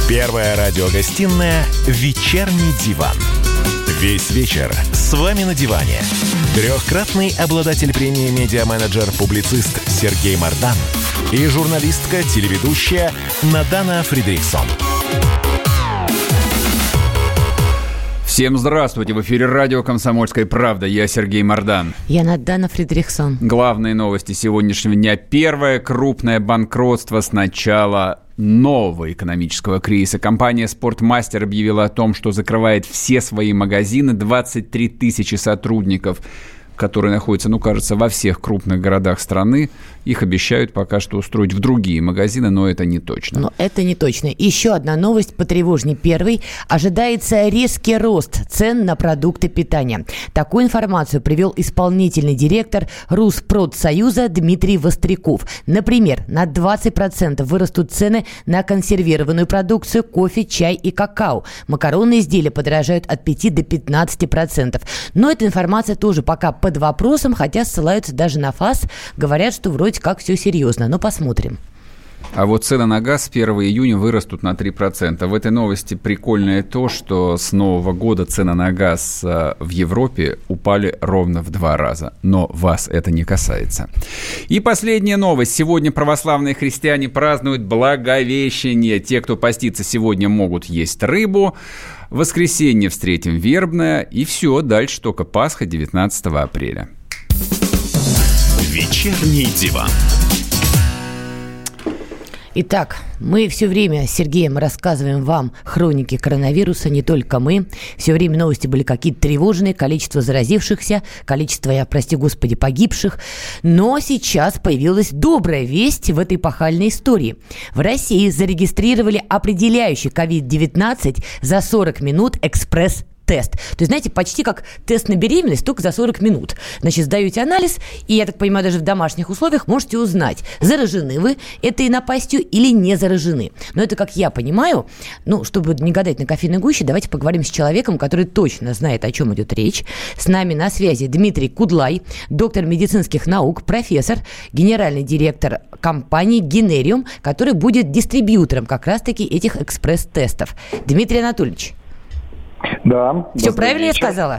Первая радиогостинная «Вечерний диван». Весь вечер с вами на диване. Трехкратный обладатель премии «Медиа-менеджер», публицист Сергей Мардан и журналистка-телеведущая Надана Фридрихсон. Всем здравствуйте! В эфире радио «Комсомольская правда». Я Сергей Мардан. Я Надана Фридрихсон. Главные новости сегодняшнего дня. Первое крупное банкротство с начала нового экономического кризиса. Компания «Спортмастер» объявила о том, что закрывает все свои магазины, 23 тысячи сотрудников, которые находятся, кажется, во всех крупных городах страны. Их обещают пока что устроить в другие магазины, но это не точно. Но это не точно. Еще одна новость потревожнее первой. Ожидается резкий рост цен на продукты питания. Такую информацию привел исполнительный директор Руспродсоюза Дмитрий Востряков. Например, на 20% вырастут цены на консервированную продукцию, кофе, чай и какао. Макаронные изделия подорожают от 5 до 15%. Но эта информация тоже пока под вопросом, хотя ссылаются даже на ФАС, говорят, что вроде как все серьезно, но посмотрим. А вот цены на газ с 1 июня вырастут на 3%. В этой новости прикольное то, что с нового года цены на газ в Европе упали ровно в 2 раза. Но вас это не касается. И последняя новость. Сегодня православные христиане празднуют Благовещение. Те, кто постится сегодня, могут есть рыбу. В воскресенье встретим Вербное. И все, дальше только Пасха 19 апреля. Вечерний диван. Итак, мы все время с Сергеем рассказываем вам хроники коронавируса, не только мы. Все время новости были какие-то тревожные, количество заразившихся, количество, прости господи, погибших. Но сейчас появилась добрая весть в этой эпохальной истории. В России зарегистрировали определяющий COVID-19 за 40 минут экспресс-тест. То есть, знаете, почти как тест на беременность, только за 40 минут. Значит, сдаете анализ, и, я так понимаю, даже в домашних условиях можете узнать, заражены вы этой напастью или не заражены. Но это, как я понимаю, чтобы не гадать на кофейной гуще, давайте поговорим с человеком, который точно знает, о чем идет речь. С нами на связи Дмитрий Кудлай, доктор медицинских наук, профессор, генеральный директор компании «Генериум», который будет дистрибьютором как раз-таки этих экспресс-тестов. Дмитрий Анатольевич. Да. Все правильно я сказала?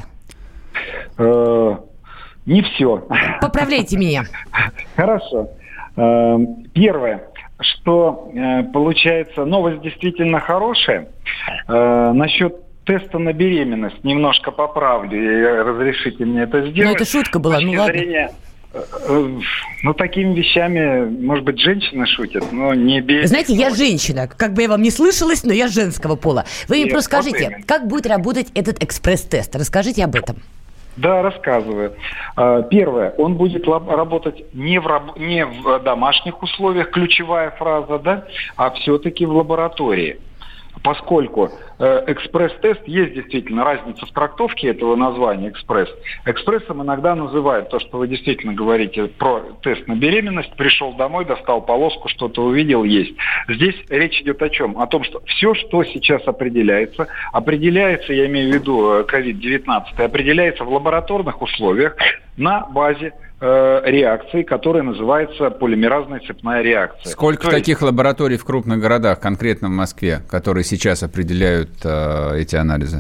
Не все. Поправляйте меня. Хорошо. Первое, что получается, новость действительно хорошая. Насчет теста на беременность немножко поправлю, и разрешите мне это сделать. Это шутка была, ладно. Такими вещами, может быть, женщины шутят, но не без... Знаете, я женщина. Как бы я вам не слышалась, но я женского пола. Вы мне просто скажите, как будет работать этот экспресс-тест? Расскажите об этом. Да, рассказываю. Первое, он будет работать не в домашних условиях, ключевая фраза, да, а все-таки в лаборатории. Поскольку экспресс-тест, есть действительно разница в трактовке этого названия «экспресс». Экспрессом иногда называют то, что вы действительно говорите про тест на беременность. Пришел домой, достал полоску, что-то увидел, есть. Здесь речь идет о чем? О том, что все, что сейчас определяется, я имею в виду COVID-19, определяется в лабораторных условиях на базе реакции, которая называется полимеразная цепная реакция. Сколько таких лабораторий в крупных городах, конкретно в Москве, которые сейчас определяют эти анализы?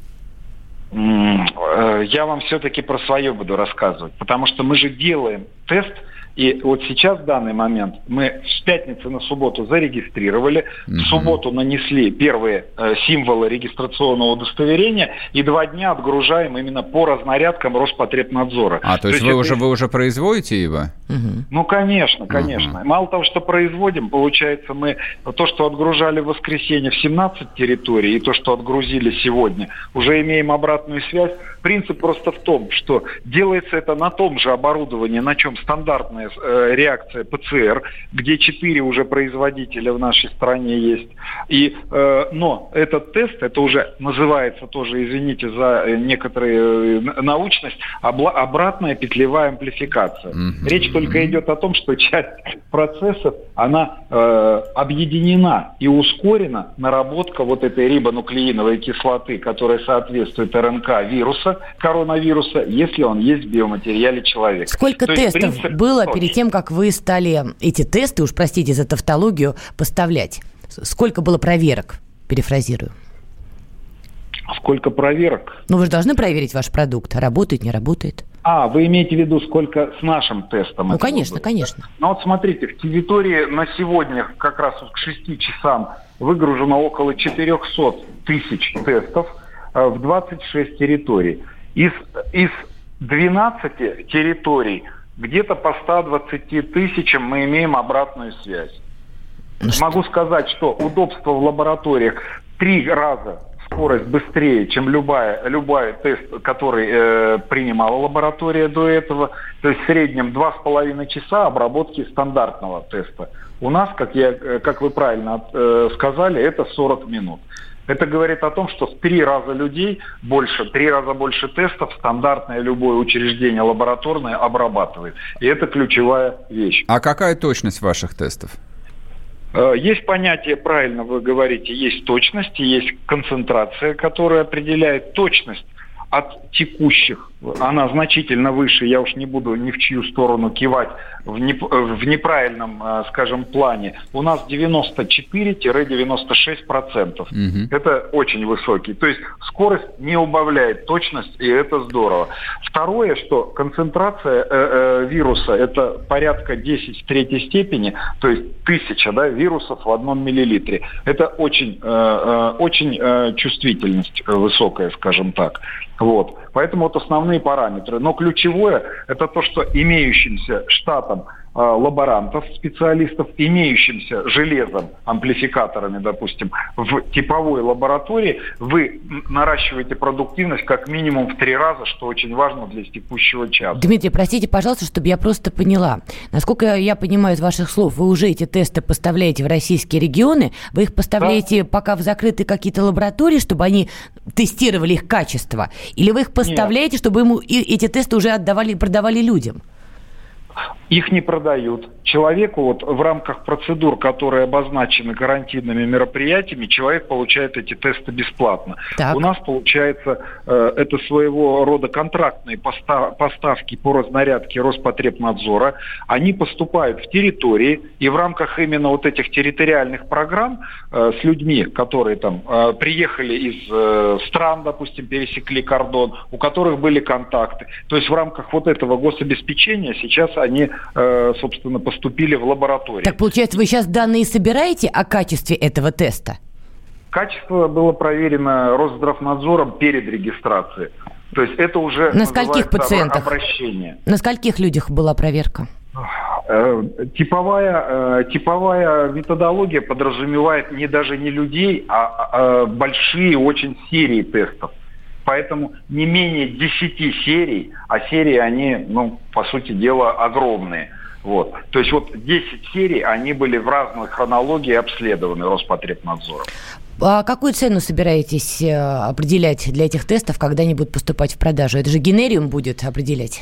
Я вам все-таки про свое буду рассказывать, потому что мы же делаем тест, и вот сейчас, в данный момент, мы с пятницы на субботу зарегистрировали, в субботу нанесли первые символы регистрационного удостоверения, и 2 дня отгружаем именно по разнарядкам Роспотребнадзора. То есть вы уже производите его? Конечно. Мало того, что производим, получается, мы то, что отгружали в воскресенье в 17 территорий, и то, что отгрузили сегодня, уже имеем обратную связь. Принцип просто в том, что делается это на том же оборудовании, на чем стандартная реакция ПЦР, где 4 уже производителя в нашей стране есть. Но этот тест, это уже называется тоже, извините за некоторую научность, обратная петлевая амплификация. Речь только идет о том, что часть процессов, она объединена и ускорена наработка вот этой рибонуклеиновой кислоты, которая соответствует РНК вируса, коронавируса, если он есть в биоматериале человека. Сколько тестов было перед тем, как вы стали эти тесты, уж простите за тавтологию, поставлять? Сколько было проверок? перефразирую. Сколько проверок? Ну, вы же должны проверить ваш продукт. Работает, не работает. Вы имеете в виду, сколько с нашим тестом? Ну, конечно, конечно. Ну, вот смотрите, в территории на сегодня как раз к 6 часам выгружено около 400 тысяч тестов в 26 территорий. Из 12 территорий где-то по 120 тысячам мы имеем обратную связь. Могу сказать, что удобство в лабораториях 3 раза скорость быстрее, чем любой тест, который принимала лаборатория до этого. То есть в среднем 2,5 часа обработки стандартного теста. У нас, как вы правильно сказали, это 40 минут. Это говорит о том, что в 3 раза больше тестов стандартное любое учреждение лабораторное обрабатывает. И это ключевая вещь. А какая точность ваших тестов? Есть понятие, правильно вы говорите, есть точность, есть концентрация, которая определяет точность от текущих. Она значительно выше, я уж не буду ни в чью сторону кивать в неправильном, скажем, плане. У нас 94-96%. Угу. Это очень высокий. То есть скорость не убавляет точность, и это здорово. Второе, что концентрация вируса, это порядка 10 в третьей степени, то есть 1000 вирусов в 1 миллилитре. Это очень чувствительность высокая, скажем так. Вот. Поэтому вот основные параметры. Но ключевое – это то, что имеющимся штатом лаборантов, специалистов, имеющимся железом, амплификаторами, допустим, в типовой лаборатории, вы наращиваете продуктивность как минимум в 3 раза, что очень важно для текущего часа. Дмитрий, простите, пожалуйста, чтобы я просто поняла. Насколько я понимаю из ваших слов, вы уже эти тесты поставляете в российские регионы, вы их поставляете пока в закрытые какие-то лаборатории, чтобы они тестировали их качество, или вы их поставляете, чтобы эти тесты уже отдавали и продавали людям? Их не продают. Человеку вот в рамках процедур, которые обозначены карантинными мероприятиями, человек получает эти тесты бесплатно. Так. У нас, получается, это своего рода контрактные поставки по разнарядке Роспотребнадзора. Они поступают в территории, и в рамках именно вот этих территориальных программ с людьми, которые там приехали из стран, допустим, пересекли кордон, у которых были контакты. То есть в рамках вот этого гособеспечения сейчас они, собственно, поступили в лабораторию. Так, получается, вы сейчас данные собираете о качестве этого теста? Качество было проверено Росздравнадзором перед регистрацией. То есть это уже на скольких пациентах? Обращение. На скольких людях была проверка? Типовая методология подразумевает даже не людей, а большие очень серии тестов. Поэтому не менее 10 серий, а серии они, по сути дела, огромные. Вот. То есть 10 серий, они были в разной хронологии обследованы Роспотребнадзором. А какую цену собираетесь определять для этих тестов, когда они будут поступать в продажу? Это же Генериум будет определять?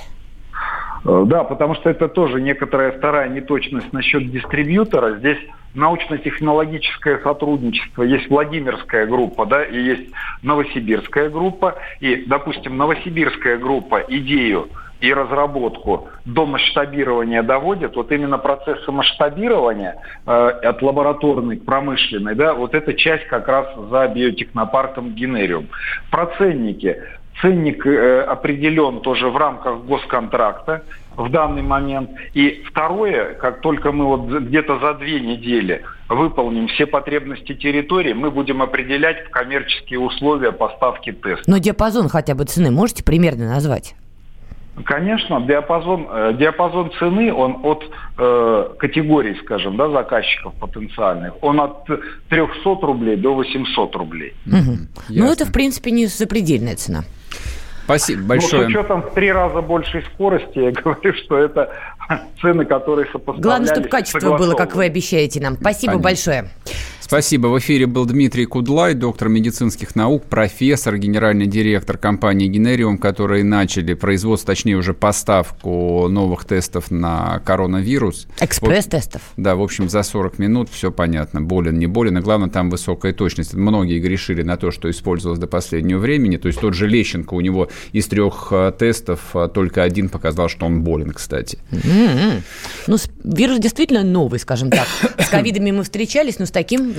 Да, потому что это тоже некоторая вторая неточность насчет дистрибьютора. Здесь научно-технологическое сотрудничество. Есть Владимирская группа, и есть Новосибирская группа. И, допустим, Новосибирская группа идею и разработку до масштабирования доводит. Вот именно процессы масштабирования от лабораторной к промышленной, вот эта часть как раз за биотехнопарком Генериум. Про ценники. Ценник определен тоже в рамках госконтракта в данный момент. И второе, как только мы где-то за 2 недели выполним все потребности территории, мы будем определять коммерческие условия поставки тестов. Но диапазон хотя бы цены можете примерно назвать? Конечно, диапазон цены, он от категорий, скажем, заказчиков потенциальных, он от 300 рублей до 800 рублей. Угу. Это, в принципе, не запредельная цена. Спасибо большое. С учетом в 3 раза большей скорости, я говорю, что это цены, которые сопоставлялись. Главное, чтобы качество было, как вы обещаете нам. Спасибо большое. Спасибо. В эфире был Дмитрий Кудлай, доктор медицинских наук, профессор, генеральный директор компании «Генериум», которые начали производство, точнее уже поставку новых тестов на коронавирус. Экспресс-тестов. Да, в общем, за 40 минут все понятно, болен, не болен, и главное, там высокая точность. Многие грешили на то, что использовалось до последнего времени, то есть тот же Лещенко, у него из 3 тестов только 1 показал, что он болен, кстати. Вирус действительно новый, скажем так. С ковидами мы встречались, но с таким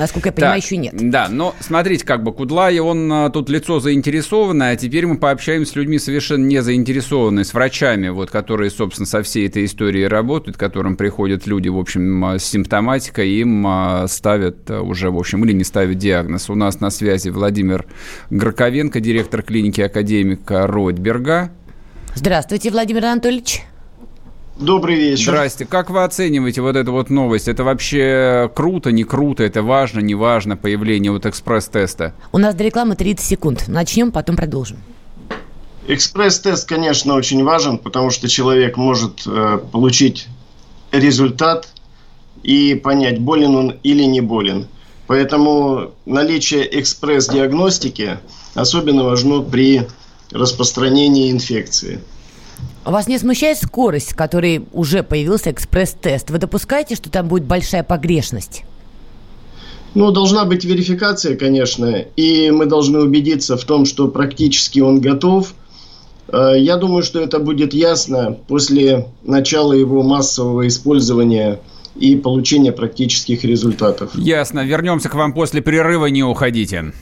насколько я понимаю, еще нет. Да, но смотрите, Кудлай, он тут лицо заинтересованное, а теперь мы пообщаемся с людьми совершенно не заинтересованными, с врачами, которые, собственно, со всей этой историей работают, к которым приходят люди, в общем, с симптоматикой, им ставят уже, в общем, или не ставят диагноз. У нас на связи Владимир Горковенко, директор клиники академика Ройтберга. Здравствуйте, Владимир Анатольевич. Добрый вечер. Здрасте. Как вы оцениваете эту новость? Это вообще круто, не круто? Это важно, не важно, появление экспресс-теста? У нас до рекламы 30 секунд. Начнем, потом продолжим. Экспресс-тест, конечно, очень важен, потому что человек может получить результат и понять, болен он или не болен. Поэтому наличие экспресс-диагностики особенно важно при распространении инфекции. Вас не смущает скорость, с которой уже появился экспресс-тест? Вы допускаете, что там будет большая погрешность? Должна быть верификация, конечно, и мы должны убедиться в том, что практически он готов. Я думаю, что это будет ясно после начала его массового использования и получения практических результатов. Ясно. Вернемся к вам после перерыва, не уходите.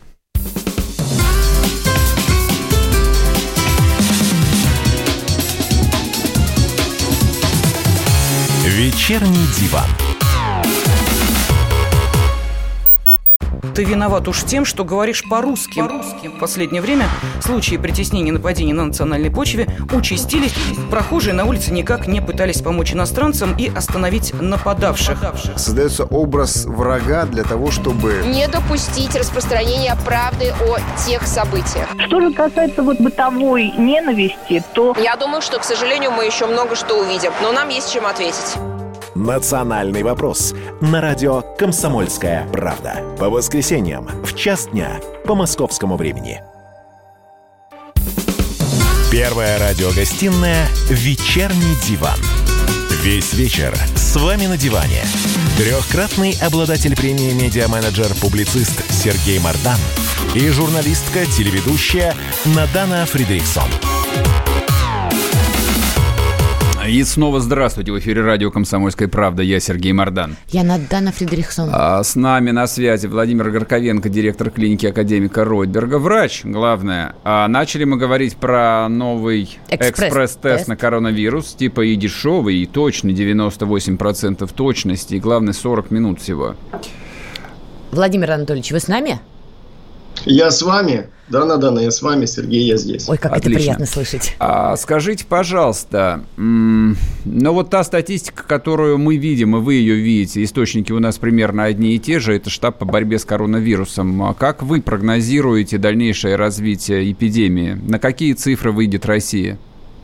Вечерний диван. Ты виноват уж тем, что говоришь по-русски. В последнее время случаи притеснения и нападений на национальной почве участились. Прохожие на улице никак не пытались помочь иностранцам и остановить нападавших. Создается образ врага для того, чтобы не допустить распространения правды о тех событиях. Что же касается бытовой ненависти, то... Я думаю, что, к сожалению, мы еще много что увидим, но нам есть чем ответить. «Национальный вопрос» на радио «Комсомольская правда». По воскресеньям в 1:00 дня по московскому времени. Первая радиогостинная «Вечерний диван». Весь вечер с вами на диване. Трехкратный обладатель премии «Медиа-менеджер», публицист Сергей Мардан и журналистка-телеведущая Надана Фридрихсон. И снова здравствуйте. В эфире радио «Комсомольская правда». Я Сергей Мардан. Я Надана Фридрихсон. С нами на связи Владимир Горковенко, директор клиники академика Ройтберга. Врач, главное. Начали мы говорить про новый экспресс-тест на коронавирус. Типа и дешевый, и точный. 98% точности. И главное, 40 минут всего. Владимир Анатольевич, вы с нами? Я с вами. Да, Надана, я с вами, Сергей, я здесь. Ой, как отлично. Это приятно слышать. Скажите, пожалуйста, та статистика, которую мы видим, и вы ее видите, источники у нас примерно одни и те же, это штаб по борьбе с коронавирусом. Как вы прогнозируете дальнейшее развитие эпидемии? На какие цифры выйдет Россия?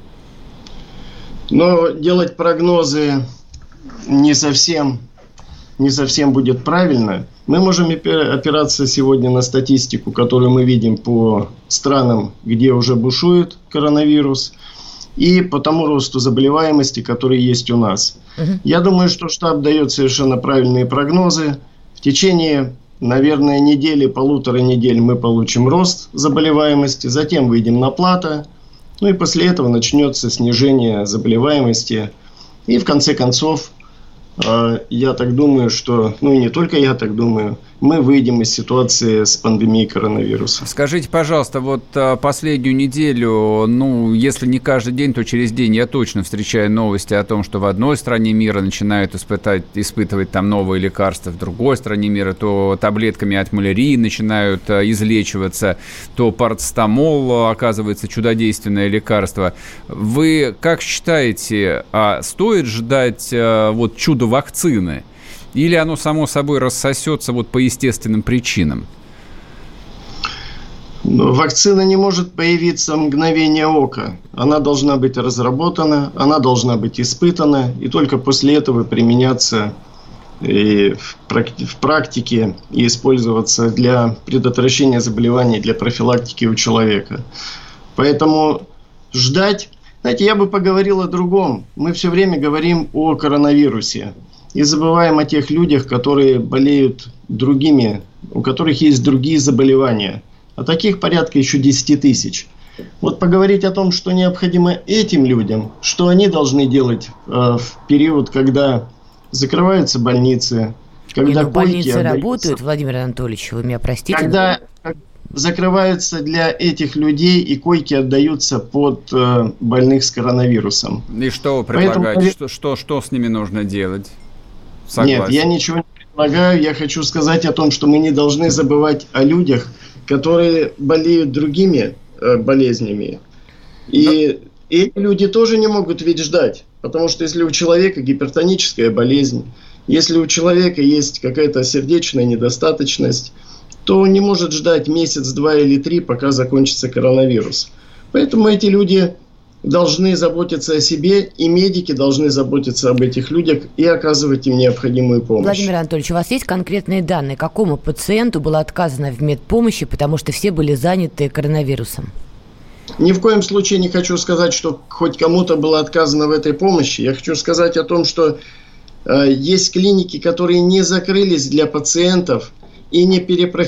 Делать прогнозы не совсем будет правильно. Мы можем опираться сегодня на статистику, которую мы видим по странам, где уже бушует коронавирус, и по тому росту заболеваемости, который есть у нас. Я думаю, что штаб дает совершенно правильные прогнозы. В течение, наверное, недели, 1,5 недели мы получим рост заболеваемости, затем выйдем на плато, и после этого начнется снижение заболеваемости. И в конце концов, я так думаю, что, и не только я так думаю, мы выйдем из ситуации с пандемией коронавируса. Скажите, пожалуйста, последнюю неделю, если не каждый день, то через день я точно встречаю новости о том, что в одной стране мира начинают испытывать там новые лекарства, в другой стране мира то таблетками от малярии начинают излечиваться, то парацетамол оказывается чудодейственное лекарство. Вы как считаете, стоит ждать чудо вакцины? Или оно само собой рассосется по естественным причинам? Вакцина не может появиться в мгновение ока. Она должна быть разработана, она должна быть испытана, и только после этого применяться и в практике и использоваться для предотвращения заболеваний, для профилактики у человека. Поэтому ждать... Знаете, я бы поговорил о другом. Мы все время говорим о коронавирусе. И забываем о тех людях, которые болеют другими, у которых есть другие заболевания. А таких порядка еще 10 тысяч. Поговорить о том, что необходимо этим людям, что они должны делать в период, когда закрываются больницы, Когда больницы работают, Владимир Анатольевич, вы меня простите. Когда закрываются для этих людей, и койки отдаются под больных с коронавирусом. И что вы предлагаете? Поэтому... Что с ними нужно делать? Согласен. Нет, я ничего не предлагаю. Я хочу сказать о том, что мы не должны забывать о людях, которые болеют другими болезнями. И эти люди тоже не могут ведь ждать. Потому что если у человека гипертоническая болезнь, если у человека есть какая-то сердечная недостаточность, то он не может ждать месяц, 2 или 3, пока закончится коронавирус. Поэтому эти люди должны заботиться о себе, и медики должны заботиться об этих людях и оказывать им необходимую помощь. Владимир Анатольевич, у вас есть конкретные данные, какому пациенту было отказано в медпомощи, потому что все были заняты коронавирусом? Ни в коем случае не хочу сказать, что хоть кому-то было отказано в этой помощи. Я хочу сказать о том, что есть клиники, которые не закрылись для пациентов и не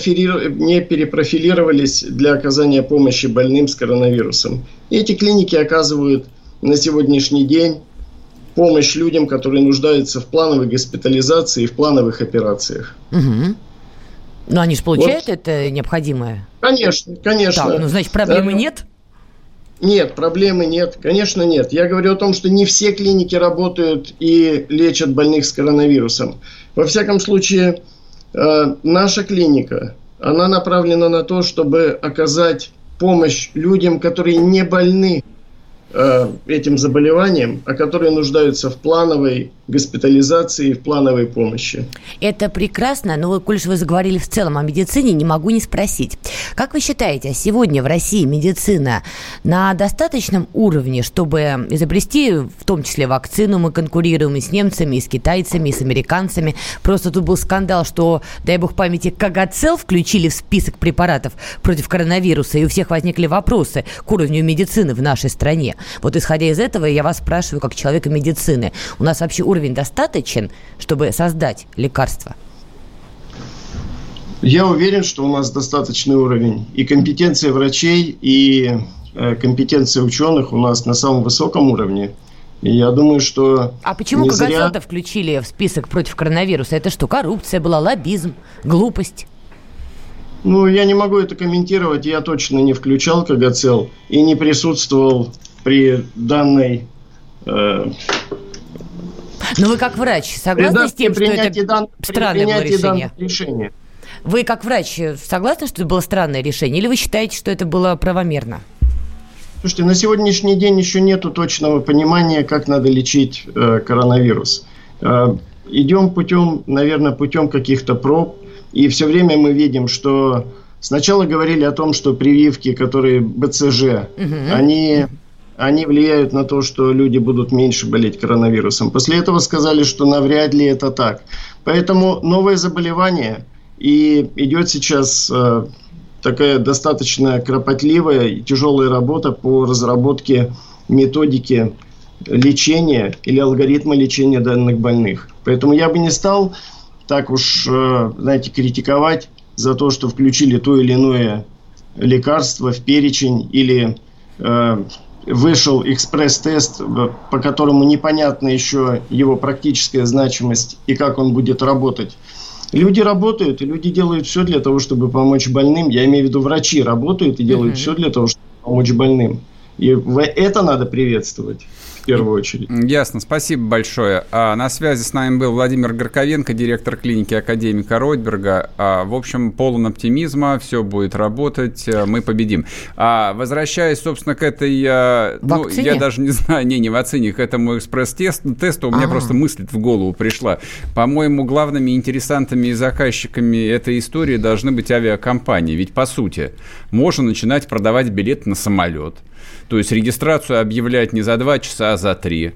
перепрофилировались для оказания помощи больным с коронавирусом. Эти клиники оказывают на сегодняшний день помощь людям, которые нуждаются в плановой госпитализации и в плановых операциях. Угу. Но они же получают это необходимое? Конечно. Так, значит, проблемы нет? Нет, проблемы нет. Конечно, нет. Я говорю о том, что не все клиники работают и лечат больных с коронавирусом. Во всяком случае, наша клиника, она направлена на то, чтобы оказать помощь людям, которые не больны этим заболеванием, а которые нуждаются в плановой госпитализации и в плановой помощи. Это прекрасно, но, коль вы заговорили в целом о медицине, не могу не спросить. Как вы считаете, сегодня в России медицина на достаточном уровне, чтобы изобрести, в том числе, вакцину? Мы конкурируем и с немцами, и с китайцами, и с американцами. Просто тут был скандал, что, дай бог памяти, Кагацел включили в список препаратов против коронавируса, и у всех возникли вопросы к уровню медицины в нашей стране. Вот исходя из этого, я вас спрашиваю, как человека медицины, у нас вообще уровень достаточен, чтобы создать лекарство? Я уверен, что у нас достаточный уровень. И компетенция врачей, и компетенция ученых у нас на самом высоком уровне. И я думаю, что... А почему Кагацел-то включили в список против коронавируса? Это что, коррупция была, лоббизм, глупость? Я не могу это комментировать. Я точно не включал Кагацел и не присутствовал при данной... Но вы как врач согласны с тем, что это странное было решение? Вы как врач согласны, что это было странное решение? Или вы считаете, что это было правомерно? Слушайте, на сегодняшний день еще нету точного понимания, как надо лечить коронавирус. Идем путем каких-то проб. И все время мы видим, что сначала говорили о том, что прививки, которые БЦЖ, они влияют на то, что люди будут меньше болеть коронавирусом. После этого сказали, что навряд ли это так. Поэтому новое заболевание, и идет сейчас такая достаточно кропотливая и тяжелая работа по разработке методики лечения или алгоритма лечения данных больных. Поэтому я бы не стал так уж, критиковать за то, что включили то или иное лекарство в перечень или вышел экспресс-тест, по которому непонятна еще его практическая значимость и как он будет работать. Люди работают, и люди делают все для того, чтобы помочь больным. Я имею в виду, врачи работают и делают все для того, чтобы помочь больным. И это надо приветствовать. В первую очередь. Ясно, спасибо большое. На связи с нами был Владимир Горковенко, директор клиники академика Ротберга. В общем, полон оптимизма, все будет работать, мы победим. Возвращаясь, собственно, к этой... я даже не знаю, не вакцине, к этому экспресс-тесту, у меня просто мысль в голову пришла. По-моему, главными интересантами и заказчиками этой истории должны быть авиакомпании. Ведь, по сути, можно начинать продавать билеты на самолет. То есть регистрацию объявлять не за 2 часа, а за 3.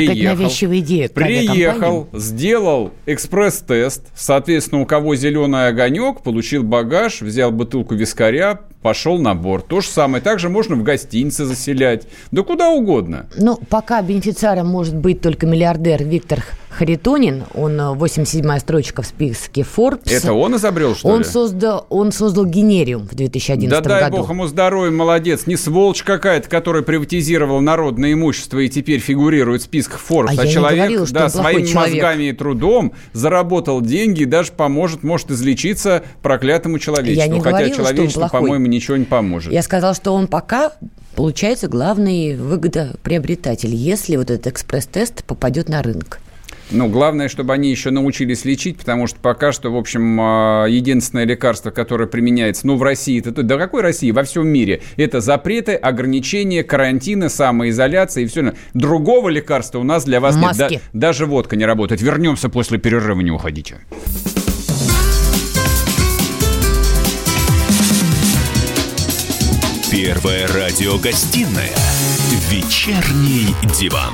Приехал, сделал экспресс-тест. Соответственно, у кого зеленый огонек, получил багаж, взял бутылку вискаря, пошел на борт. То же самое. Также можно в гостинице заселять. Да куда угодно. Пока бенефициаром может быть только миллиардер Виктор Харитонин, он 87-я строчка в списке Forbes. Это он изобрел, что он ли? Он создал генериум в 2011 году. Да дай бог ему здоровья, молодец. Не сволочь какая-то, которая приватизировала народное имущество и теперь фигурирует в списках Forbes. А человек, говорила, что своими мозгами и трудом заработал деньги и даже может излечиться проклятому человечеству. Я не говорила, хотя человечеству, по-моему, ничего не поможет. Я сказала, что он пока получается главный выгодоприобретатель, если вот этот экспресс-тест попадет на рынок. Ну, главное, чтобы они еще научились лечить, потому что пока что, в общем, единственное лекарство, которое применяется, в России, да какой России? Во всем мире. Это запреты, ограничения, карантины, самоизоляция и все. Другого лекарства у нас для вас нет. Даже водка не работает. Вернемся после перерыва, не уходите. Первая радиогостинная «Вечерний диван».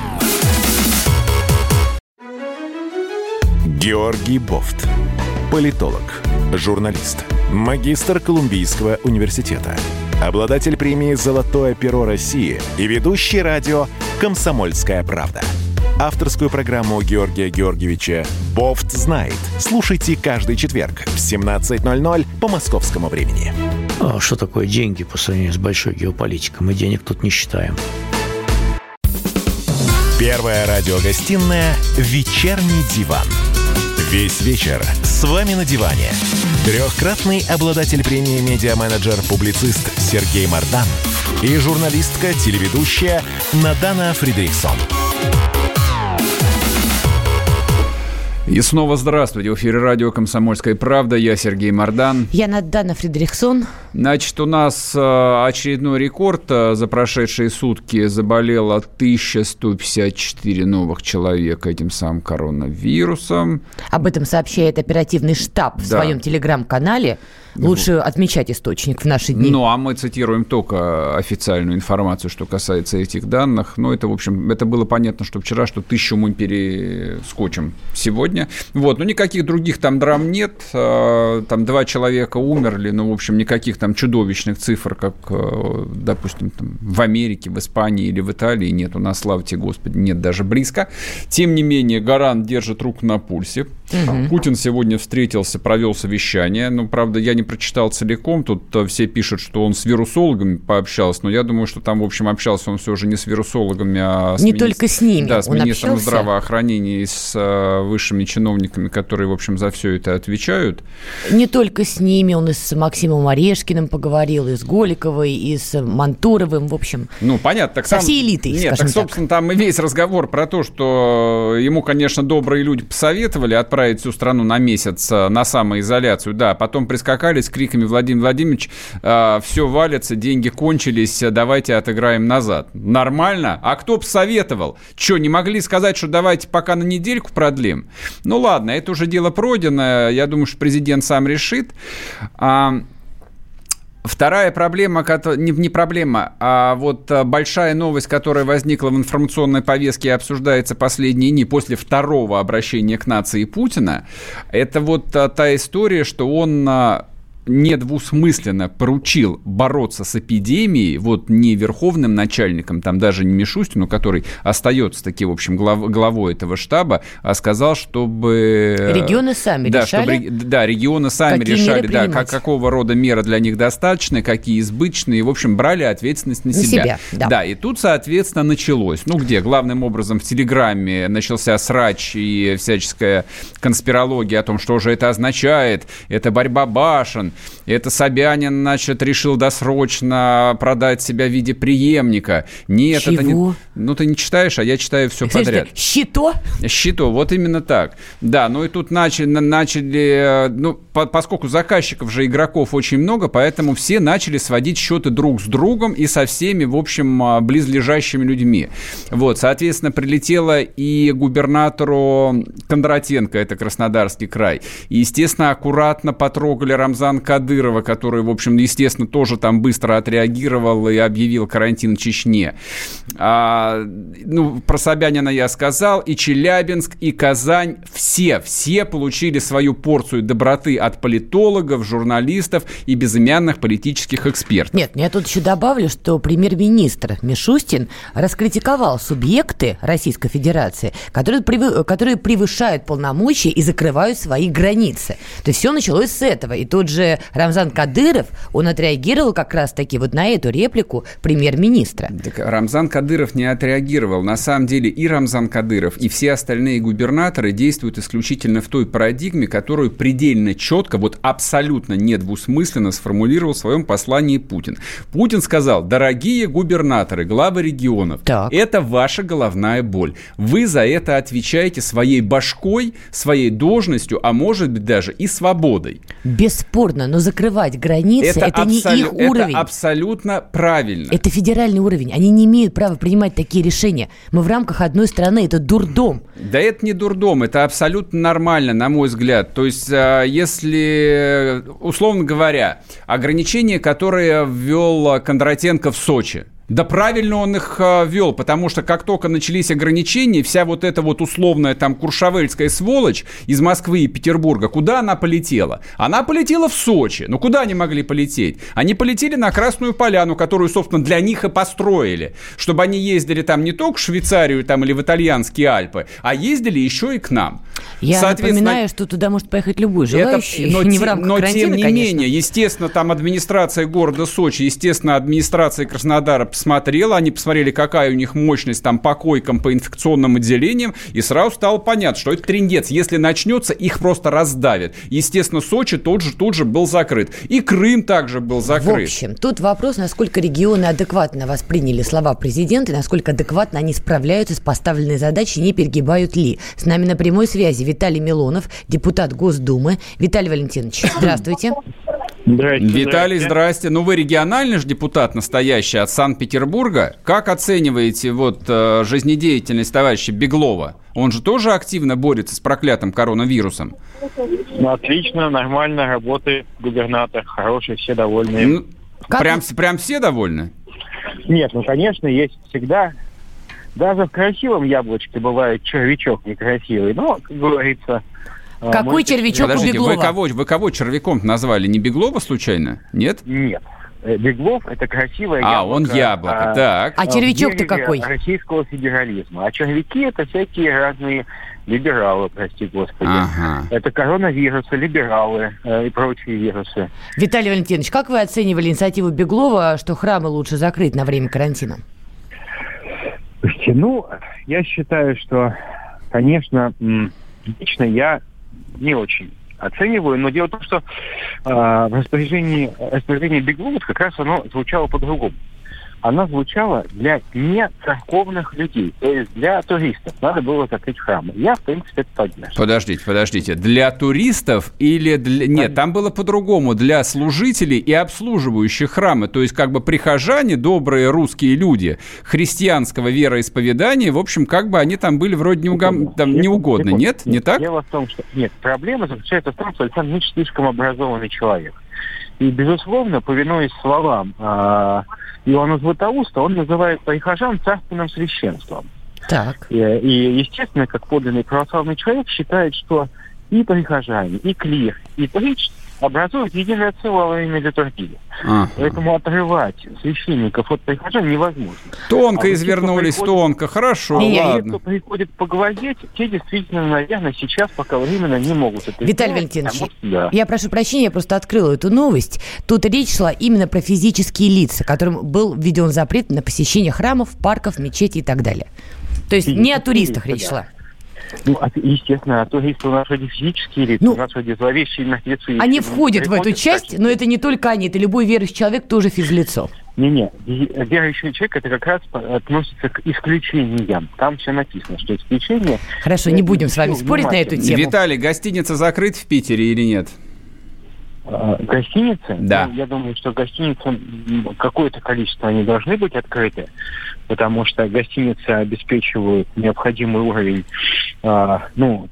Георгий Бофт. Политолог, журналист, магистр Колумбийского университета, обладатель премии «Золотое перо России» и ведущий радио «Комсомольская правда». Авторскую программу Георгия Георгиевича «Бофт знает». Слушайте каждый четверг в 17:00 по московскому времени. Что такое деньги по сравнению с большой геополитикой? Мы денег тут не считаем. Первая радиогостинная «Вечерний диван». Весь вечер с вами на диване. Трехкратный обладатель премии «Медиаменеджер-публицист» Сергей Мардан и журналистка-телеведущая Надана Фридрихсон. И снова здравствуйте. В эфире радио «Комсомольская правда». Я Сергей Мардан. Я Надана Фридрихсон. Значит, у нас очередной рекорд. За прошедшие сутки заболело 1154 новых человека этим самым коронавирусом. Об этом сообщает оперативный штаб в своем телеграм-канале. Лучше отмечать источник в наши дни. Ну, а мы цитируем только официальную информацию, что касается этих данных. Но это, в общем, это было понятно, что вчера, что 1000 мы перескочим сегодня. Вот, но никаких других там драм нет. Там 2 человека умерли, но, в общем, никаких там чудовищных цифр, как, допустим, там, в Америке, в Испании или в Италии нет. У нас, слава тебе, Господи, нет даже близко. Тем не менее, Гарант держит руку на пульсе. Путин сегодня встретился, провел совещание. Ну, правда, я не прочитал целиком. Тут все пишут, что он с вирусологами пообщался. Но я думаю, что там, в общем, общался он все же не с вирусологами, а с только с ними. Да, с министром здравоохранения и с высшими чиновниками, которые, в общем, за все это отвечают. Не только с ними. Он и с Максимом Орешкиным поговорил, и с Голиковой, и с Мантуровым, в общем. Ну, понятно. Так со всей элитой, скажем так. Собственно, там и весь разговор про то, что ему, конечно, добрые люди посоветовали отправить всю страну на месяц на самоизоляцию. Да, потом прискакали с криками: Владимир Владимирович, все валится, деньги кончились, давайте отыграем назад. Нормально? А кто посоветовал? Что, не могли сказать, что давайте пока на недельку продлим? Ну ладно, это уже дело пройдено. Я думаю, что президент сам решит. Вторая проблема, не проблема, а вот большая новость, которая возникла в информационной повестке и обсуждается последние дни после второго обращения к нации Путина, это вот та история, что он недвусмысленно поручил бороться с эпидемией, вот не верховным начальником, там даже не Мишустину, который остается таки, в общем, главой этого штаба, а сказал, чтобы... Регионы сами решали? Регионы сами решали, какого рода меры для них достаточны, какие избыточные, в общем, брали ответственность на себя. Да, и тут, соответственно, началось. Ну, где? Главным образом в Телеграме начался срач и всяческая конспирология о том, что же это означает, это борьба башен. Это Собянин, значит, решил досрочно продать себя в виде преемника. Нет, чего? Это не... Ну, ты не читаешь, а я читаю все подряд. Щито? Щито, вот именно так. Да, ну и тут начали... Ну, поскольку заказчиков же игроков очень много, поэтому все начали сводить счеты друг с другом и со всеми, в общем, близлежащими людьми. Вот, соответственно, прилетело и губернатору Кондратенко, это Краснодарский край. И, естественно, аккуратно потрогали Рамзана Кадырова, который, в общем, естественно, тоже там быстро отреагировал и объявил карантин в Чечне. Про Собянина я сказал. И Челябинск, и Казань. Все получили свою порцию доброты от политологов, журналистов и безымянных политических экспертов. Нет, я тут еще добавлю, что премьер-министр Мишустин раскритиковал субъекты Российской Федерации, которые превышают полномочия и закрывают свои границы. То есть все началось с этого. И тот же Рамзан Кадыров, он отреагировал как раз-таки вот на эту реплику премьер-министра. Так Рамзан Кадыров не отреагировал. На самом деле и Рамзан Кадыров, и все остальные губернаторы действуют исключительно в той парадигме, которую предельно четко, вот абсолютно недвусмысленно сформулировал в своем послании Путин. Путин сказал: дорогие губернаторы, главы регионов, это ваша головная боль. Вы за это отвечаете своей башкой, своей должностью, а может быть даже и свободой. Бесспорно, но закрывать границы – это не их уровень. Это абсолютно правильно. Это федеральный уровень. Они не имеют права принимать такие решения. Мы в рамках одной страны. Это дурдом. Да это не дурдом. Это абсолютно нормально, на мой взгляд. То есть, если, условно говоря, ограничения, которые ввел Кондратенко в Сочи, да правильно он их ввел, потому что как только начались ограничения, вся вот эта вот условная там куршавельская сволочь из Москвы и Петербурга, куда она полетела? Она полетела в Сочи. Ну куда они могли полететь? Они полетели на Красную Поляну, которую, собственно, для них и построили, чтобы они ездили там не только в Швейцарию там, или в итальянские Альпы, а ездили еще и к нам. Я напоминаю, что туда может поехать любой желающий, не в рамках карантина, тем не менее, естественно, там администрация города Сочи, естественно, администрация Краснодара посмотрела, они посмотрели, какая у них мощность там по койкам, по инфекционным отделениям, и сразу стало понятно, что это трындец. Если начнется, их просто раздавят. Естественно, Сочи тут же был закрыт. И Крым также был закрыт. В общем, тут вопрос, насколько регионы адекватно восприняли слова президента, и насколько адекватно они справляются с поставленной задачей, не перегибают ли. С нами на прямой связи Виталий Милонов, депутат Госдумы. Виталий Валентинович, здравствуйте. Здравствуйте. Виталий, здрасте. Ну, вы региональный же депутат настоящий от Санкт-Петербурга. Как оцениваете жизнедеятельность товарища Беглова? Он же тоже активно борется с проклятым коронавирусом. Ну, отлично, нормально работает губернатор, хороший, все довольны. Прям все довольны? Нет, конечно, есть всегда. Даже в красивом яблочке бывает червячок некрасивый, но, как говорится... Какой червячок у Беглова? Вы кого червяком назвали? Не Беглова случайно? Нет? Нет. Беглов – это красивое яблоко. Он яблоко, так. А червячок-то какой? Российского федерализма. А червяки – это всякие разные либералы, прости господи. Ага. Это коронавирусы, либералы и прочие вирусы. Виталий Валентинович, как вы оценивали инициативу Беглова, что храмы лучше закрыть на время карантина? Ну, я считаю, что, конечно, лично я не очень оцениваю, но дело в том, что в распоряжении Беглова как раз оно звучало по-другому. Она звучала для не церковных людей, то есть для туристов. Надо было закрыть храмы. Я, в принципе, это поддерживаю. Подождите. Для туристов или для... Нет, там было по-другому. Для служителей и обслуживающих храмы. То есть, как бы прихожане, добрые русские люди христианского вероисповедания, в общем, как бы они там были вроде неугодны. Нет? Не так? Дело в том, что... Нет, проблема заключается в том, что Александр Ильич слишком образованный человек. И, безусловно, повинуясь словам Иоанна Златоуста, он называет прихожан царственным священством. Так. И, естественно, как подлинный православный человек считает, что и прихожане, и клир, и притч образуют единое целое во время литургии. Поэтому отрывать священников от прихожан невозможно. Тонко извернулись, тонко. Хорошо, ладно. Те, кто приходит поглазеть, те действительно, наверное, сейчас пока временно не могут это Виталий Валентинович, я прошу прощения, я просто открыла эту новость. Тут речь шла именно про физические лица, которым был введен запрет на посещение храмов, парков, мечетей и так далее. То есть не о туристах речь шла. Ну, естественно, туристы у нас вроде физические лица, у нас вроде зловещие мертвецы. Они входят в эту часть, но это не только они, это любой верующий человек тоже физлицо. Не-не, верующий человек это как раз относится к исключениям. Там все написано, что исключение... Хорошо, не будем с вами спорить на эту тему. Виталий, гостиница закрыта в Питере или нет? Гостиницы? Да. Ну, я думаю, что гостиницы, какое-то количество они должны быть открыты, потому что гостиницы обеспечивают необходимый уровень,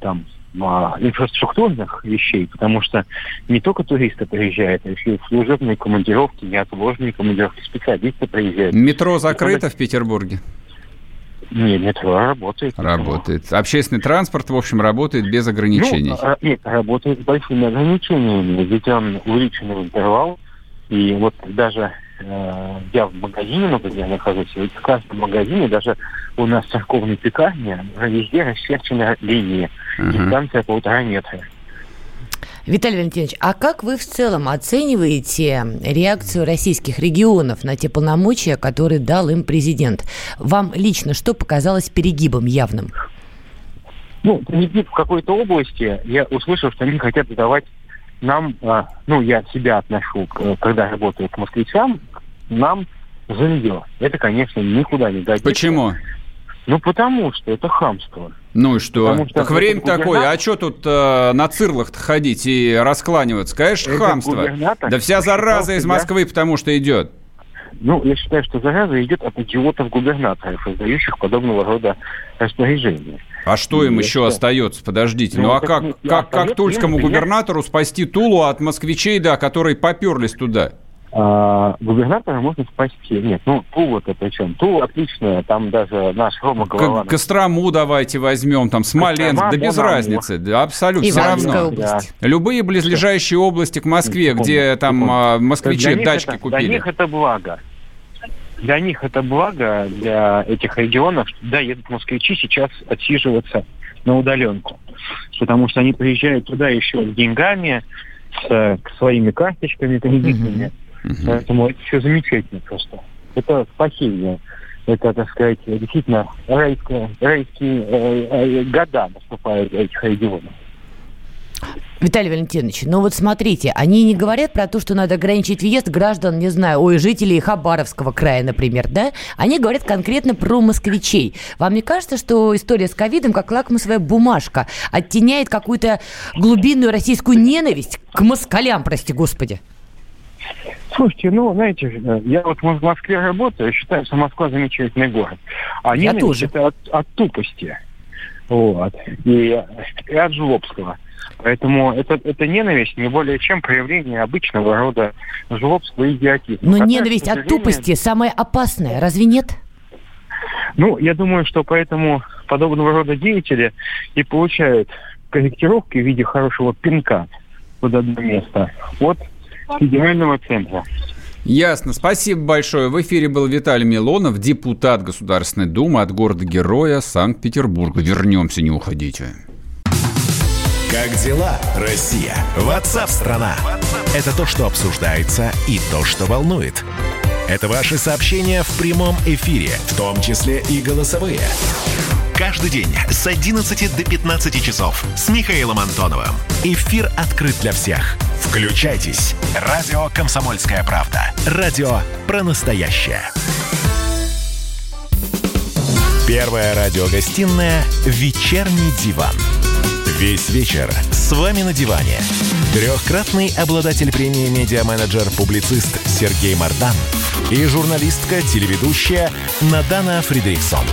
инфраструктурных вещей, потому что не только туристы приезжают, а еще и служебные командировки, неотложные командировки, специалисты приезжают. Метро закрыто в Петербурге? Нет, метро работает. Работает. Общественный транспорт, в общем, работает без ограничений. Нет, работает с большими ограничениями. Ведь он увеличенный интервал. И вот даже я в магазине, где я нахожусь, в каждом магазине, даже у нас в церковной пекарне, везде расчерчены линии. Дистанция 1,5 метра. Виталий Валентинович, а как вы в целом оцениваете реакцию российских регионов на те полномочия, которые дал им президент? Вам лично что показалось перегибом явным? Перегиб в какой-то области. Я услышал, что они хотят давать нам, я себя отношу, когда работаю к москвичам, нам жилье. Это, конечно, никуда не годится. Почему? Потому что это хамство. Ну и что? Что так время такое. А что тут на цирлах-то ходить и раскланиваться? Конечно, хамство. Да вся зараза из Москвы потому что идет. Я считаю, что зараза идет от идиотов-губернаторов, издающих подобного рода распоряжения. А что им еще остается? Подождите. Как тульскому губернатору спасти Тулу от москвичей, которые поперлись туда? Губернатора можно спасти. Нет, Тула-то при чем? Тула отличная, там даже наш Рома Голованов. Кострому давайте возьмем, там Смоленск, да без разницы, да, абсолютно все равно. Область. Любые близлежащие области к Москве, где там москвичи дачки купили. Для них это благо. Для них это благо, для этих регионов, что едут москвичи сейчас отсиживаться на удаленку. Потому что они приезжают туда еще с деньгами, с своими карточками кредитными. Поэтому это все замечательно просто. Это спасение. Это, так сказать, действительно райские года наступают для этих регионов. Виталий Валентинович, смотрите, они не говорят про то, что надо ограничить въезд граждан, жителей Хабаровского края, например, да? Они говорят конкретно про москвичей. Вам не кажется, что история с ковидом, как лакмусовая бумажка, оттеняет какую-то глубинную российскую ненависть к москалям, прости господи? Слушайте, знаете, я вот в Москве работаю, считаю, что Москва замечательный город. А я ненависть тоже. Это от тупости. И от жлобского. Поэтому это ненависть не более чем проявление обычного рода жлобства и идиотизма. Но ненависть от тупости самая опасная, разве нет? Я думаю, что поэтому подобного рода деятели и получают корректировки в виде хорошего пинка под одно место от федерального центра. Ясно. Спасибо большое. В эфире был Виталий Милонов, депутат Государственной Думы от города-героя Санкт-Петербурга. Вернемся, не уходите. Как дела, Россия? WhatsApp-страна! Это то, что обсуждается и то, что волнует. Это ваши сообщения в прямом эфире, в том числе и голосовые. Каждый день с 11 до 15 часов с Михаилом Антоновым. Эфир открыт для всех. Включайтесь. Радио «Комсомольская правда». Радио про настоящее. Первая радиогостинная «Вечерний диван». Весь вечер с вами на диване. Трехкратный обладатель премии «Медиаменеджер-публицист» Сергей Мардан и журналистка-телеведущая Надана Фридрихсон.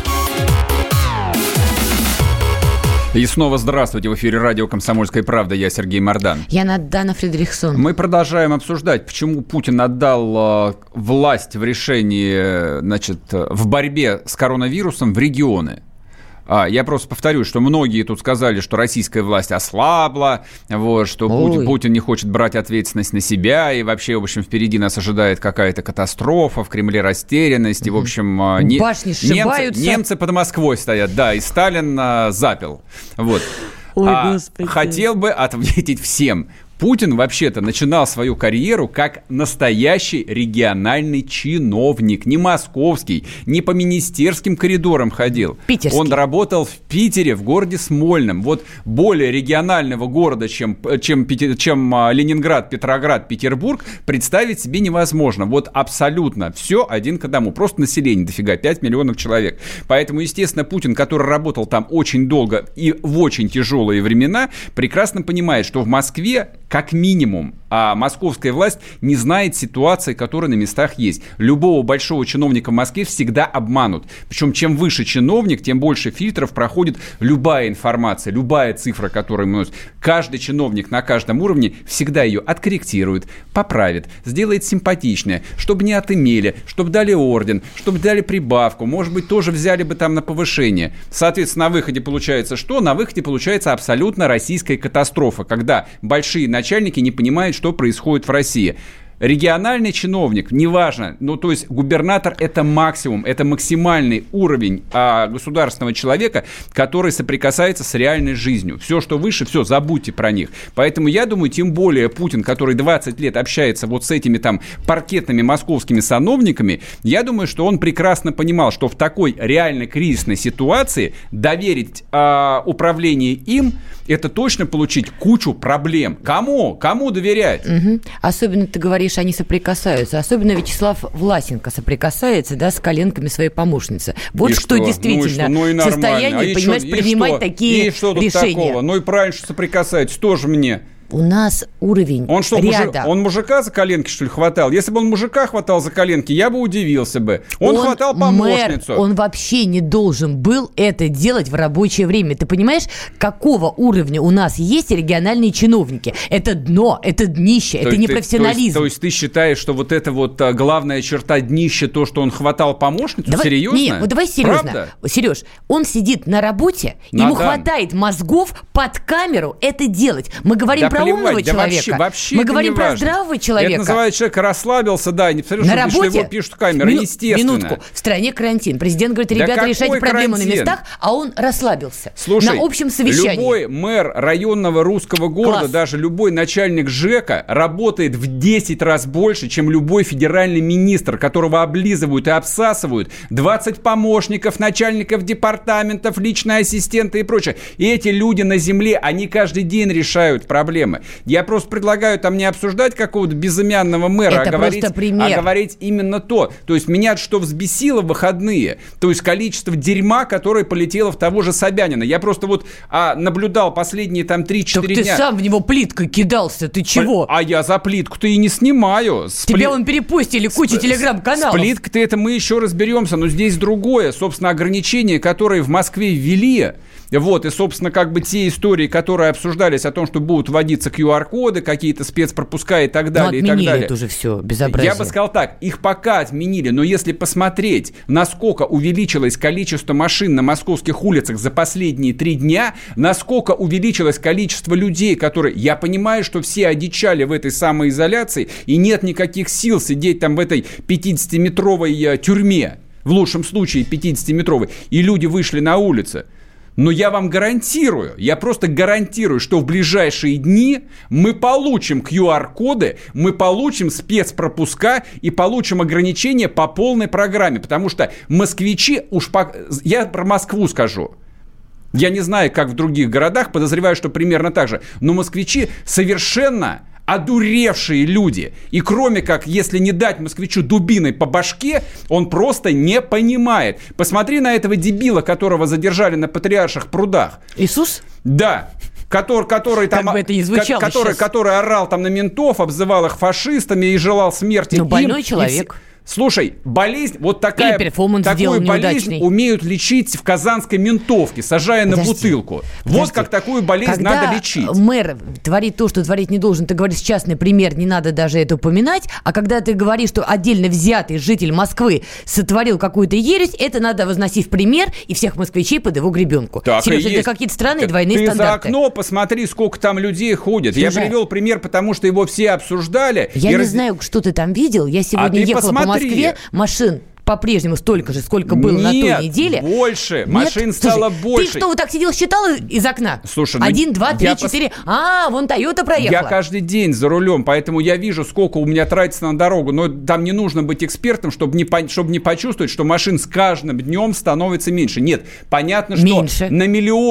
И снова здравствуйте. В эфире радио «Комсомольская правда». Я Сергей Мардан. Я Надана Фридрихсон. Мы продолжаем обсуждать, почему Путин отдал власть в решении, в борьбе с коронавирусом в регионы. Я просто повторю, что многие тут сказали, что российская власть ослабла, что Путин не хочет брать ответственность на себя, и вообще, в общем, впереди нас ожидает какая-то катастрофа, в Кремле растерянность, и, в общем, башни сшибаются. Немцы под Москвой стоят, и Сталин запил. Господи. Хотел бы ответить всем. Путин вообще-то начинал свою карьеру как настоящий региональный чиновник, не московский, не по министерским коридорам ходил. Питерский. Он работал в Питере, в городе Смольном. Более регионального города, чем Ленинград, Петроград, Петербург, представить себе невозможно. Абсолютно все один к одному. Просто население дофига, 5 миллионов человек. Поэтому, естественно, Путин, который работал там очень долго и в очень тяжелые времена, прекрасно понимает, что в Москве как минимум а московская власть не знает ситуации, которая на местах есть. Любого большого чиновника в Москве всегда обманут. Причем чем выше чиновник, тем больше фильтров проходит любая информация, любая цифра, которую мы носим. Каждый чиновник на каждом уровне всегда ее откорректирует, поправит, сделает симпатичнее, чтобы не отымели, чтобы дали орден, чтобы дали прибавку, может быть, тоже взяли бы там на повышение. Соответственно, на выходе получается что? На выходе получается абсолютно российская катастрофа, когда большие начальники не понимают, что происходит в России. Региональный чиновник, неважно, то есть губернатор – это максимум, это максимальный уровень государственного человека, который соприкасается с реальной жизнью. Все, что выше, все, забудьте про них. Поэтому я думаю, тем более Путин, который 20 лет общается вот с этими там паркетными московскими сановниками, я думаю, что он прекрасно понимал, что в такой реально кризисной ситуации доверить управление им – это точно получить кучу проблем. Кому? Кому доверять? Угу. Особенно, ты говоришь, они соприкасаются. Особенно Вячеслав Власенко соприкасается, да, с коленками своей помощницы. Вот что действительно в состоянии, понимаешь, принимать такие решения. Такого? И правильно, что соприкасается. Тоже мне. У нас уровень он что, ряда. Он мужика за коленки, что ли, хватал? Если бы он мужика хватал за коленки, я бы удивился бы. Он хватал помощницу. Он вообще не должен был это делать в рабочее время. Ты понимаешь, какого уровня у нас есть региональные чиновники? Это дно, это днище, это непрофессионализм. То есть ты считаешь, что вот это вот главная черта днища, то, что он хватал помощницу? Серьезно? Нет, вот давай серьезно. Правда? Сереж, он сидит на работе, ему хватает мозгов под камеру это делать. Мы говорим про умного человека. Вообще мы говорим про здравого человека. Это называется, человек расслабился, да, не представляешь, на что работе, его пишут камеры, естественно. Минутку. В стране карантин. Президент говорит, ребята, решайте проблему на местах, а он расслабился. Слушай, на общем совещании. Любой мэр районного русского города, даже любой начальник ЖЭКа работает в 10 раз больше, чем любой федеральный министр, которого облизывают и обсасывают 20 помощников, начальников департаментов, личные ассистенты и прочее. И эти люди на земле, они каждый день решают проблемы. Я просто предлагаю там не обсуждать какого-то безымянного мэра, а говорить именно то. То есть меня что взбесило в выходные? То есть количество дерьма, которое полетело в того же Собянина. Я просто вот наблюдал последние там 3-4 дня. Так ты сам в него плиткой кидался, ты чего? А я за плитку-то и не снимаю. Тебя вон перепустили кучу телеграм-каналов. С плиткой-то это мы еще разберемся, но здесь другое. Собственно, ограничения, которые в Москве ввели. Вот, и, собственно, как бы те истории, которые обсуждались о том, что будут вводиться QR-коды, какие-то спецпропуска и так далее, и так далее. Отменили это уже все, безобразие. Я бы сказал так, их пока отменили, но если посмотреть, насколько увеличилось количество машин на московских улицах за последние 3 дня, насколько увеличилось количество людей, которые... Я понимаю, что все одичали в этой самоизоляции, и нет никаких сил сидеть там в этой 50-метровой тюрьме, в лучшем случае 50-метровой, и люди вышли на улицы. Но я вам гарантирую, я просто гарантирую, что в ближайшие дни мы получим QR-коды, мы получим спецпропуска и получим ограничения по полной программе. Потому что москвичи, я про Москву скажу, я не знаю, как в других городах, подозреваю, что примерно так же, но москвичи совершенно... одуревшие люди. И кроме как, если не дать москвичу дубиной по башке, он просто не понимает. Посмотри на этого дебила, которого задержали на Патриарших прудах. Иисус? Да. Который там, как бы это ни звучало который орал там на ментов, обзывал их фашистами и желал смерти им. Больной человек. Слушай, болезнь, вот такую болезнь умеют лечить в казанской ментовке, сажая на бутылку. Вот как такую болезнь надо лечить. Когда мэр творит то, что творить не должен, ты говоришь частный пример, не надо даже это упоминать, а когда ты говоришь, что отдельно взятый житель Москвы сотворил какую-то ересь, это надо возносить в пример и всех москвичей под его гребенку. Серьезно, это какие-то странные двойные стандарты. Ты за окно посмотри, сколько там людей ходит. Я привел пример, потому что его все обсуждали. Я не знаю, что ты там видел. Я сегодня ехала по Москве, машин по-прежнему столько же, сколько было на той неделе. Больше. Машин стало больше. Ты что, вот так сидел, считал из окна? Слушай, 1, 2, 3, 4. Вон Тойота проехала. Я каждый день за рулем, поэтому я вижу, сколько у меня тратится на дорогу. Но там не нужно быть экспертом, чтобы не почувствовать, что машин с каждым днем становится меньше. Нет, понятно, что на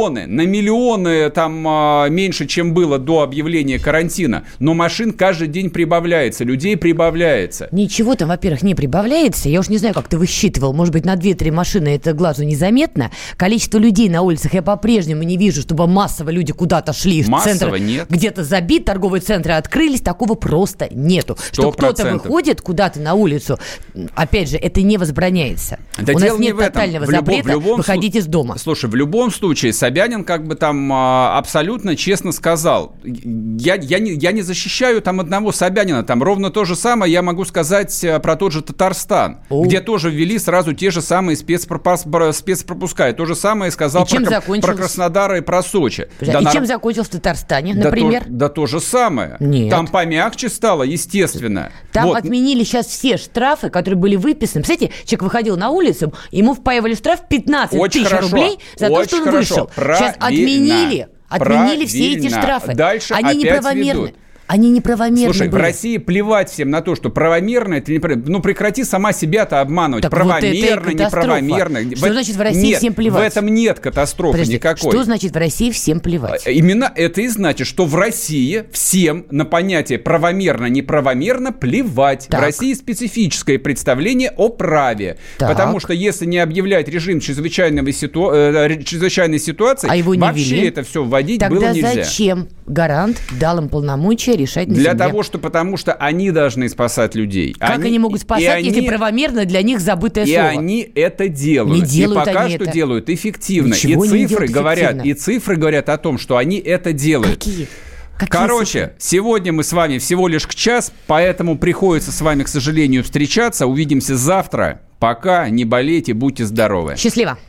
миллионы там меньше, чем было до объявления карантина. Но машин каждый день прибавляется, людей прибавляется. Ничего там, во-первых, не прибавляется. Я уж не знаю, как как-то высчитывал, может быть, на 2-3 машины это глазу незаметно. Количество людей на улицах я по-прежнему не вижу, чтобы массово люди куда-то шли в центр. Нет. Где-то забит, торговые центры открылись, такого просто нету. 100%. Что кто-то выходит куда-то на улицу, опять же, это не возбраняется. Да у нас нет не тотального запрета выходить из дома. Слушай, в любом случае, Собянин как бы там абсолютно честно сказал. Я не защищаю там одного Собянина, там ровно то же самое я могу сказать про тот же Татарстан, где тоже ввели сразу те же самые спецпропуска. И то же самое сказал про Краснодар и про Сочи. Чем закончилось в Татарстане, например? Да то же самое. Нет. Там помягче стало, естественно. Там отменили сейчас все штрафы, которые были выписаны. Представляете, человек выходил на улицу, ему впаивали штраф 15 тысяч рублей за то, что он вышел. Сейчас отменили все эти штрафы. Дальше они неправомерны. Ведут. Они неправомерны. Слушай, были. в России плевать всем на то, что правомерно это неправомерно. Ну, прекрати сама себя-то обманывать. Так правомерно, вот неправомерно. Что значит в России всем плевать? В этом нет катастрофы никакой. Что значит в России всем плевать? Именно это и значит, что в России всем на понятие правомерно, неправомерно плевать. Так. В России специфическое представление о праве. Так. Потому что если не объявлять режим чрезвычайной ситуации, его не вообще ввели? это все вводить Тогда было нельзя. Зачем гарант дал им полномочия решать на земле? Потому что они должны спасать людей. Как они могут спасать, если правомерно для них забытое слово? И они это делают. Не делают и пока они что это. делают эффективно. Ничего и не цифры делают эффективно. и цифры говорят о том, что они это делают. Какие Короче, цифры? сегодня мы с вами всего лишь к час, поэтому приходится с вами, к сожалению, встречаться. Увидимся завтра. Пока, не болейте, будьте здоровы. Счастливо.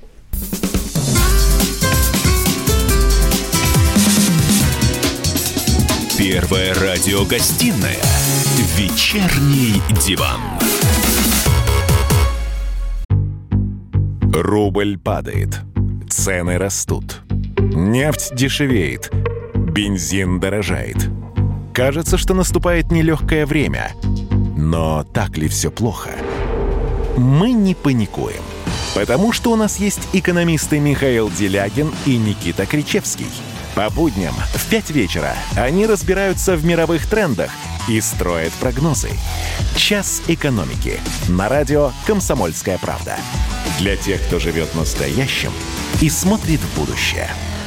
Первая радиогостинная «Вечерний диван». Рубль падает, цены растут, нефть дешевеет, бензин дорожает. Кажется, что наступает нелегкое время. Но так ли все плохо? Мы не паникуем, потому что у нас есть экономисты Михаил Делягин и Никита Кричевский. По будням в 5 вечера они разбираются в мировых трендах и строят прогнозы. «Час экономики» на радио «Комсомольская правда». Для тех, кто живет настоящим и смотрит в будущее.